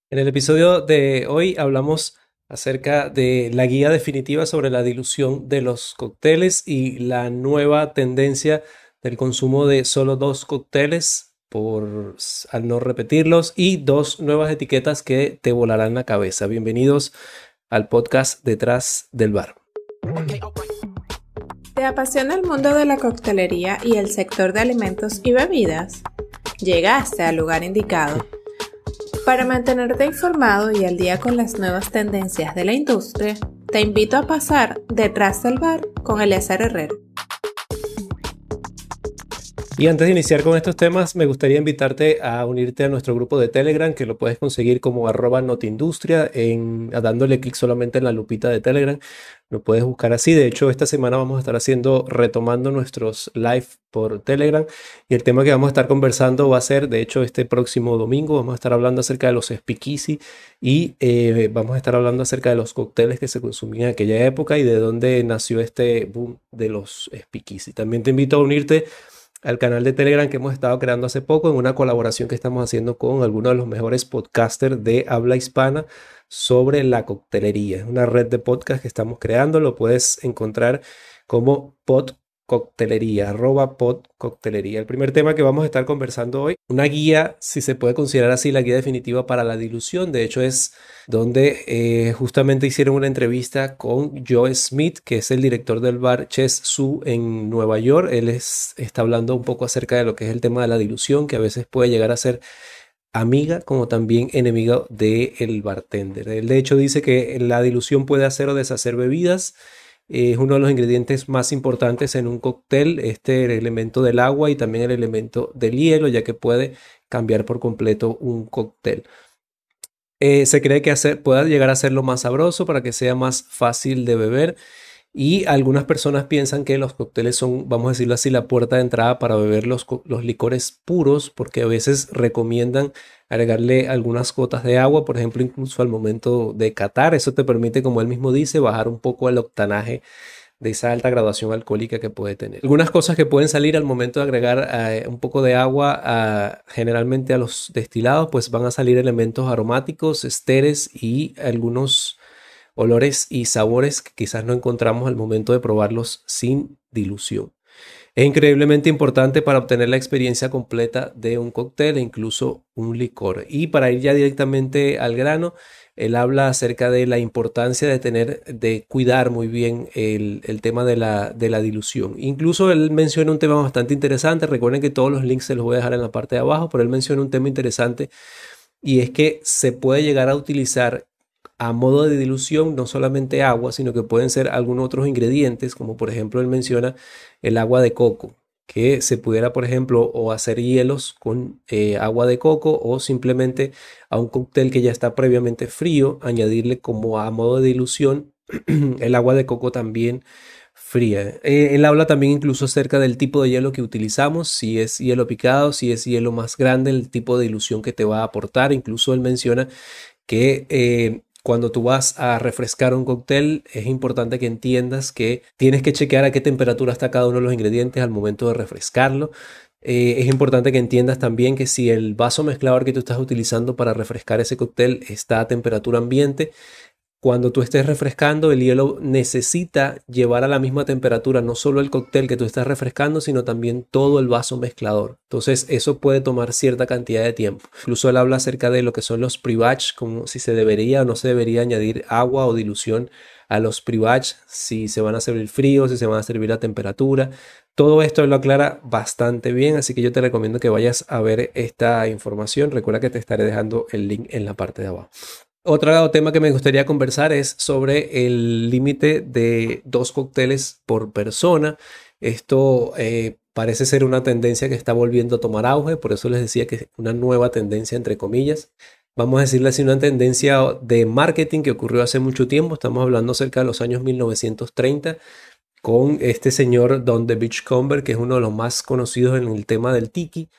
En el episodio de hoy hablamos acerca de la guía definitiva sobre la dilución de los cócteles y la nueva tendencia del consumo de solo dos cócteles al no repetirlos y dos nuevas etiquetas que te volarán la cabeza. Bienvenidos al podcast Detrás del Bar. ¿Te apasiona el mundo de la coctelería y el sector de alimentos y bebidas? Llegaste al lugar indicado. Para mantenerte informado y al día con las nuevas tendencias de la industria, te invito a pasar Detrás del Bar con Eliezer Herrera. Y antes de iniciar con estos temas, me gustaría invitarte a unirte a nuestro grupo de Telegram, que lo puedes conseguir como @noteindustria, dándole clic solamente en la lupita de Telegram. Lo puedes buscar así. De hecho, esta semana vamos a estar retomando nuestros live por Telegram. Y el tema que vamos a estar conversando va a ser, de hecho, este próximo domingo, vamos a estar hablando acerca de los speakeasy y vamos a estar hablando acerca de los cócteles que se consumían en aquella época y de dónde nació este boom de los speakeasy. También te invito a unirte al canal de Telegram que hemos estado creando hace poco en una colaboración que estamos haciendo con algunos de los mejores podcasters de habla hispana sobre la coctelería. Es una red de podcast que estamos creando, lo puedes encontrar como podcoctelería, @podcoctelería. El primer tema que vamos a estar conversando hoy, una guía, si se puede considerar así, la guía definitiva para la dilución. De hecho, es donde justamente hicieron una entrevista con Joe Smith, que es el director del bar Chess Su en Nueva York. Está hablando un poco acerca de lo que es el tema de la dilución, que a veces puede llegar a ser amiga como también enemiga del bartender. Él de hecho dice que la dilución puede hacer o deshacer bebidas. Es uno de los ingredientes más importantes en un cóctel, el elemento del agua y también el elemento del hielo, ya que puede cambiar por completo un cóctel. Se cree que pueda llegar a hacerlo más sabroso para que sea más fácil de beber. Y algunas personas piensan que los cócteles son, vamos a decirlo así, la puerta de entrada para beber los licores puros, porque a veces recomiendan agregarle algunas gotas de agua, por ejemplo, incluso al momento de catar. Eso te permite, como él mismo dice, bajar un poco el octanaje de esa alta graduación alcohólica que puede tener. Algunas cosas que pueden salir al momento de agregar un poco de agua generalmente a los destilados, pues van a salir elementos aromáticos, esteres y algunos olores y sabores que quizás no encontramos al momento de probarlos sin dilución. Es increíblemente importante para obtener la experiencia completa de un cóctel e incluso un licor. Y para ir ya directamente al grano, él habla acerca de la importancia de cuidar muy bien el tema de la dilución. Incluso él menciona un tema bastante interesante. Recuerden que todos los links se los voy a dejar en la parte de abajo, pero él menciona un tema interesante y es que se puede llegar a utilizar a modo de dilución no solamente agua, sino que pueden ser algunos otros ingredientes, como por ejemplo él menciona el agua de coco, que se pudiera, por ejemplo, o hacer hielos con agua de coco o simplemente a un cóctel que ya está previamente frío, añadirle como a modo de dilución el agua de coco también fría. Él habla también incluso acerca del tipo de hielo que utilizamos, si es hielo picado, si es hielo más grande, el tipo de dilución que te va a aportar. Incluso él menciona que cuando tú vas a refrescar un cóctel es importante que entiendas que tienes que chequear a qué temperatura está cada uno de los ingredientes al momento de refrescarlo. Es importante que entiendas también que si el vaso mezclador que tú estás utilizando para refrescar ese cóctel está a temperatura ambiente, cuando tú estés refrescando, el hielo necesita llevar a la misma temperatura no solo el cóctel que tú estás refrescando, sino también todo el vaso mezclador. Entonces, eso puede tomar cierta cantidad de tiempo. Incluso él habla acerca de lo que son los pre-batch, como si se debería o no se debería añadir agua o dilución a los pre-batch, si se van a servir fríos, si se van a servir a temperatura. Todo esto él lo aclara bastante bien, así que yo te recomiendo que vayas a ver esta información. Recuerda que te estaré dejando el link en la parte de abajo. Otro tema que me gustaría conversar es sobre el límite de dos cócteles por persona. Esto parece ser una tendencia que está volviendo a tomar auge, por eso les decía que es una nueva tendencia entre comillas. Vamos a decirle así, una tendencia de marketing que ocurrió hace mucho tiempo. Estamos hablando cerca de los años 1930 con este señor Don The Beachcomber, que es uno de los más conocidos en el tema del tiki.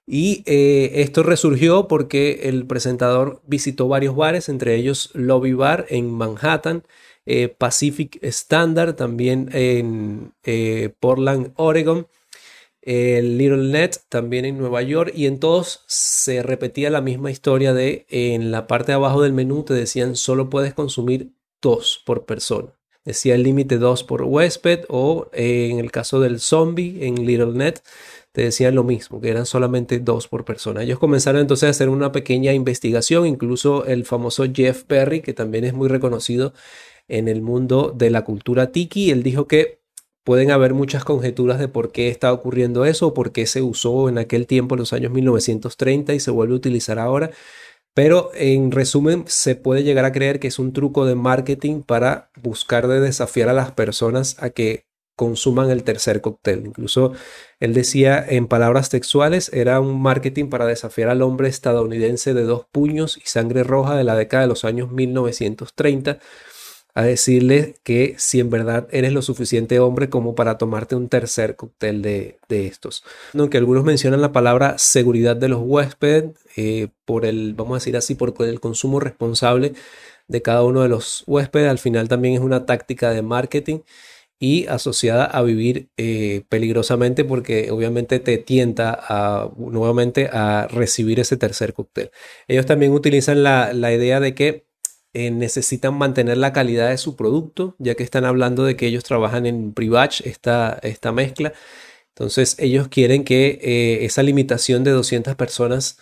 Y esto resurgió porque el presentador visitó varios bares, entre ellos Lobby Bar en Manhattan, Pacific Standard también en Portland, Oregon. el Little Net también en Nueva York, y en todos se repetía la misma historia de en la parte de abajo del menú te decían solo puedes consumir 2 por persona. Decía el límite 2 por huésped, o en el caso del Zombie en Little Net te decían lo mismo, que eran solamente 2 por persona. Ellos comenzaron entonces a hacer una pequeña investigación, incluso el famoso Jeff Perry, que también es muy reconocido en el mundo de la cultura tiki, él dijo que pueden haber muchas conjeturas de por qué está ocurriendo eso, o por qué se usó en aquel tiempo, en los años 1930, y se vuelve a utilizar ahora. Pero en resumen, se puede llegar a creer que es un truco de marketing para buscar de desafiar a las personas a que consuman el tercer cóctel. Incluso él decía en palabras textuales, era un marketing para desafiar al hombre estadounidense de 2 puños y sangre roja de la década de los años 1930, a decirle que si en verdad eres lo suficiente hombre como para tomarte un tercer cóctel de estos. Aunque algunos mencionan la palabra seguridad de los huéspedes, por el, vamos a decir así, por el consumo responsable de cada uno de los huéspedes, al final también es una táctica de marketing y asociada a vivir peligrosamente, porque obviamente te tienta nuevamente a recibir ese tercer cóctel. Ellos también utilizan la idea de que necesitan mantener la calidad de su producto, ya que están hablando de que ellos trabajan en pre-batch, esta mezcla. Entonces ellos quieren que esa limitación de 200 personas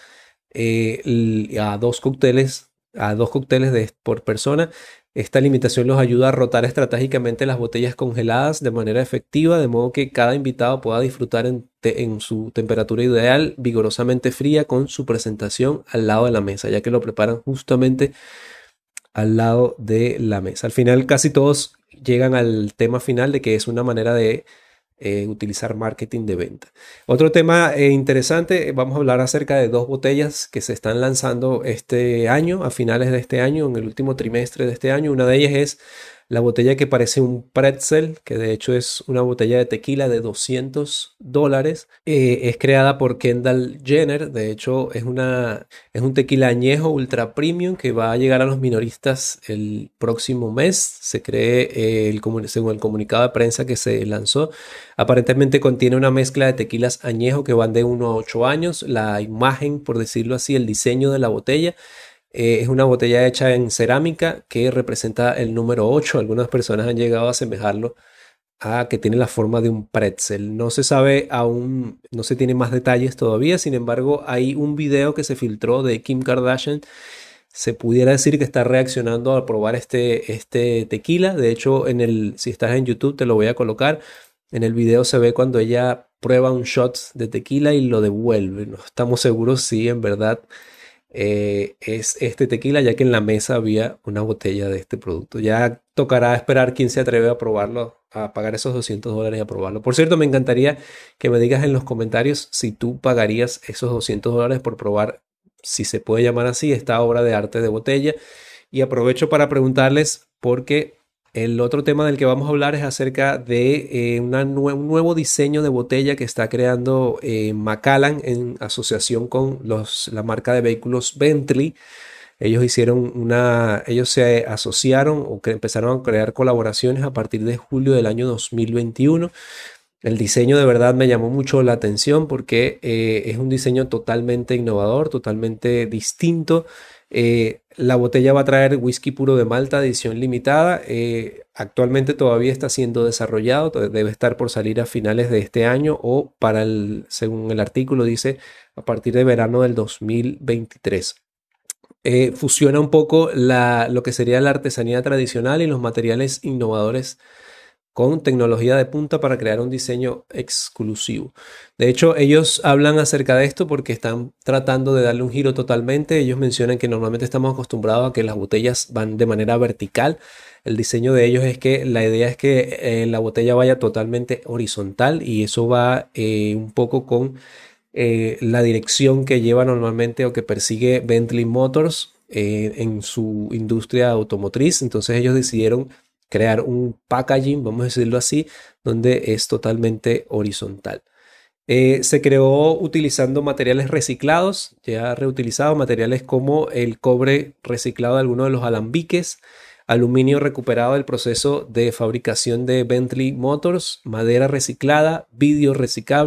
a dos cócteles por persona, esta limitación los ayuda a rotar estratégicamente las botellas congeladas de manera efectiva, de modo que cada invitado pueda disfrutar en su temperatura ideal, vigorosamente fría, con su presentación al lado de la mesa, ya que lo preparan justamente al lado de la mesa. Al final casi todos llegan al tema final de que es una manera de utilizar marketing de venta. Otro tema interesante, vamos a hablar acerca de 2 botellas que se están lanzando este año, a finales de este año, en el último trimestre de este año. Una de ellas es la botella que parece un pretzel, que de hecho es una botella de tequila de $200. Es creada por Kendall Jenner. De hecho es un tequila añejo ultra premium que va a llegar a los minoristas el próximo mes. Se cree, según el comunicado de prensa que se lanzó, aparentemente contiene una mezcla de tequilas añejo que van de 1 a 8 años. La imagen, por decirlo así, el diseño de la botella es una botella hecha en cerámica que representa el número 8. Algunas personas han llegado a asemejarlo a que tiene la forma de un pretzel. No se sabe aún, no se tiene más detalles todavía. Sin embargo, hay un video que se filtró de Kim Kardashian. Se pudiera decir que está reaccionando a probar este tequila. De hecho, si estás en YouTube, te lo voy a colocar. En el video se ve cuando ella prueba un shot de tequila y lo devuelve. No estamos seguros si en verdad es este tequila, ya que en la mesa había una botella de este producto. Ya tocará esperar quién se atreve a probarlo, a pagar esos $200 y a probarlo. Por cierto, me encantaría que me digas en los comentarios si tú pagarías esos $200 por probar, si se puede llamar así, esta obra de arte de botella. Y aprovecho para preguntarles, porque el otro tema del que vamos a hablar es acerca de un nuevo diseño de botella que está creando Macallan en asociación con la marca de vehículos Bentley. Ellos se asociaron o que empezaron a crear colaboraciones a partir de julio del año 2021. El diseño de verdad me llamó mucho la atención porque es un diseño totalmente innovador, totalmente distinto. La botella va a traer whisky puro de Malta, edición limitada. Actualmente todavía está siendo desarrollado, debe estar por salir a finales de este año o según el artículo dice, a partir de verano del 2023. Fusiona un poco lo que sería la artesanía tradicional y los materiales innovadores con tecnología de punta para crear un diseño exclusivo. De hecho, ellos hablan acerca de esto porque están tratando de darle un giro totalmente. Ellos mencionan que normalmente estamos acostumbrados a que las botellas van de manera vertical. El diseño de ellos es que la idea es que la botella vaya totalmente horizontal, y eso va un poco con la dirección que lleva normalmente o que persigue Bentley Motors en su industria automotriz. Entonces ellos decidieron crear un packaging, vamos a decirlo así, donde es totalmente horizontal. Se creó utilizando materiales reciclados, ya reutilizados, materiales como el cobre reciclado de algunos de los alambiques, aluminio recuperado del proceso de fabricación de Bentley Motors, madera reciclada, vidrio reciclable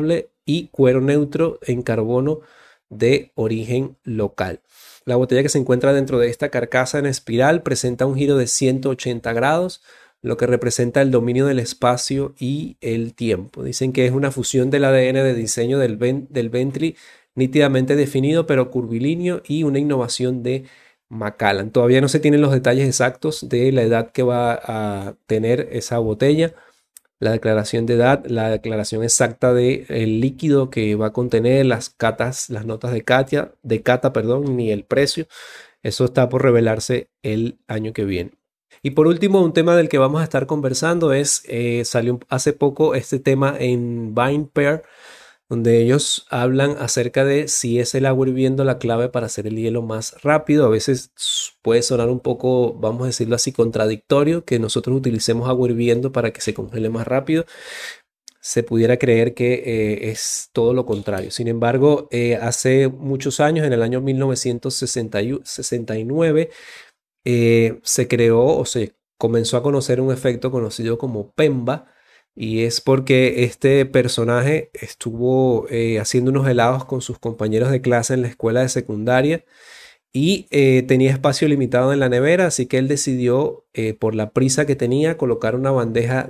y cuero neutro en carbono de origen local. La botella que se encuentra dentro de esta carcasa en espiral presenta un giro de 180 grados, lo que representa el dominio del espacio y el tiempo. Dicen que es una fusión del ADN de diseño del Bentley nítidamente definido pero curvilíneo y una innovación de Macallan. Todavía no se tienen los detalles exactos de la edad que va a tener esa botella, la declaración de edad, la declaración exacta del líquido que va a contener, las notas de cata, perdón, ni el precio. Eso está por revelarse el año que viene. Y por último, un tema del que vamos a estar conversando salió hace poco este tema en VinePair, donde ellos hablan acerca de si es el agua hirviendo la clave para hacer el hielo más rápido. A veces puede sonar un poco, vamos a decirlo así, contradictorio que nosotros utilicemos agua hirviendo para que se congele más rápido. Se pudiera creer que es todo lo contrario. Sin embargo, hace muchos años, en el año 1969, se creó o se comenzó a conocer un efecto conocido como PEMBA, y es porque este personaje estuvo haciendo unos helados con sus compañeros de clase en la escuela de secundaria y tenía espacio limitado en la nevera, así que él decidió, por la prisa que tenía, colocar una bandeja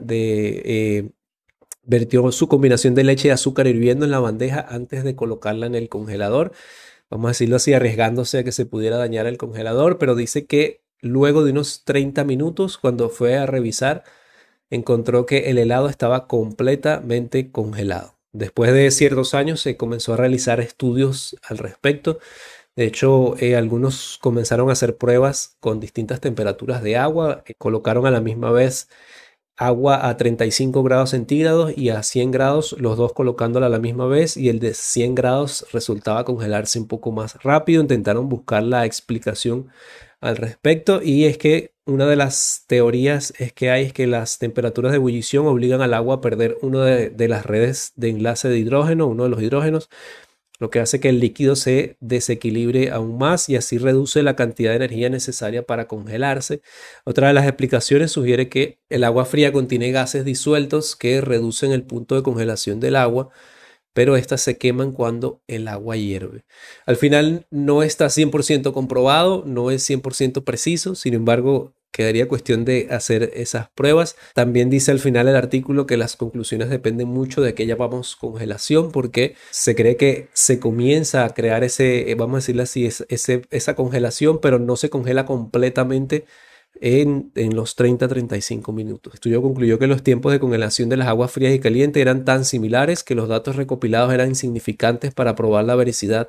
vertió su combinación de leche y azúcar hirviendo en la bandeja antes de colocarla en el congelador. Vamos a decirlo así, arriesgándose a que se pudiera dañar el congelador, pero dice que luego de unos 30 minutos, cuando fue a revisar, encontró que el helado estaba completamente congelado. Después de ciertos años se comenzó a realizar estudios al respecto. De hecho, algunos comenzaron a hacer pruebas con distintas temperaturas de agua. Colocaron a la misma vez agua a 35 grados centígrados y a 100 grados, los dos colocándola a la misma vez, y el de 100 grados resultaba congelarse un poco más rápido. Intentaron buscar la explicación al respecto, y es que una de las teorías es que las temperaturas de ebullición obligan al agua a perder una de las redes de enlace de hidrógeno, uno de los hidrógenos, lo que hace que el líquido se desequilibre aún más y así reduce la cantidad de energía necesaria para congelarse. Otra de las explicaciones sugiere que el agua fría contiene gases disueltos que reducen el punto de congelación del agua, pero estas se queman cuando el agua hierve. Al final no está 100% comprobado, no es 100% preciso, sin embargo, quedaría cuestión de hacer esas pruebas. También dice al final el artículo que las conclusiones dependen mucho de qué llamamos congelación, porque se cree que se comienza a crear vamos a decirlo así, esa congelación, pero no se congela completamente en los 30-35 minutos. El estudio concluyó que los tiempos de congelación de las aguas frías y calientes eran tan similares que los datos recopilados eran insignificantes para probar la veracidad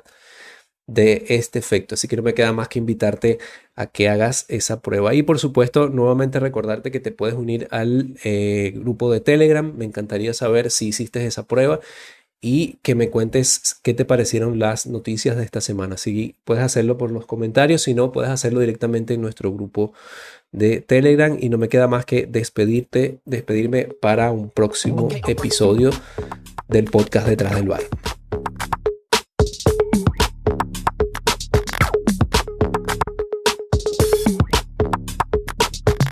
de este efecto. Así que no me queda más que invitarte a que hagas esa prueba. Y por supuesto, nuevamente recordarte que te puedes unir al grupo de Telegram. Me encantaría saber si hiciste esa prueba y que me cuentes qué te parecieron las noticias de esta semana. Si puedes hacerlo por los comentarios, si no, puedes hacerlo directamente en nuestro grupo de Telegram. Y no me queda más que despedirme para un próximo episodio del podcast Detrás del Bar.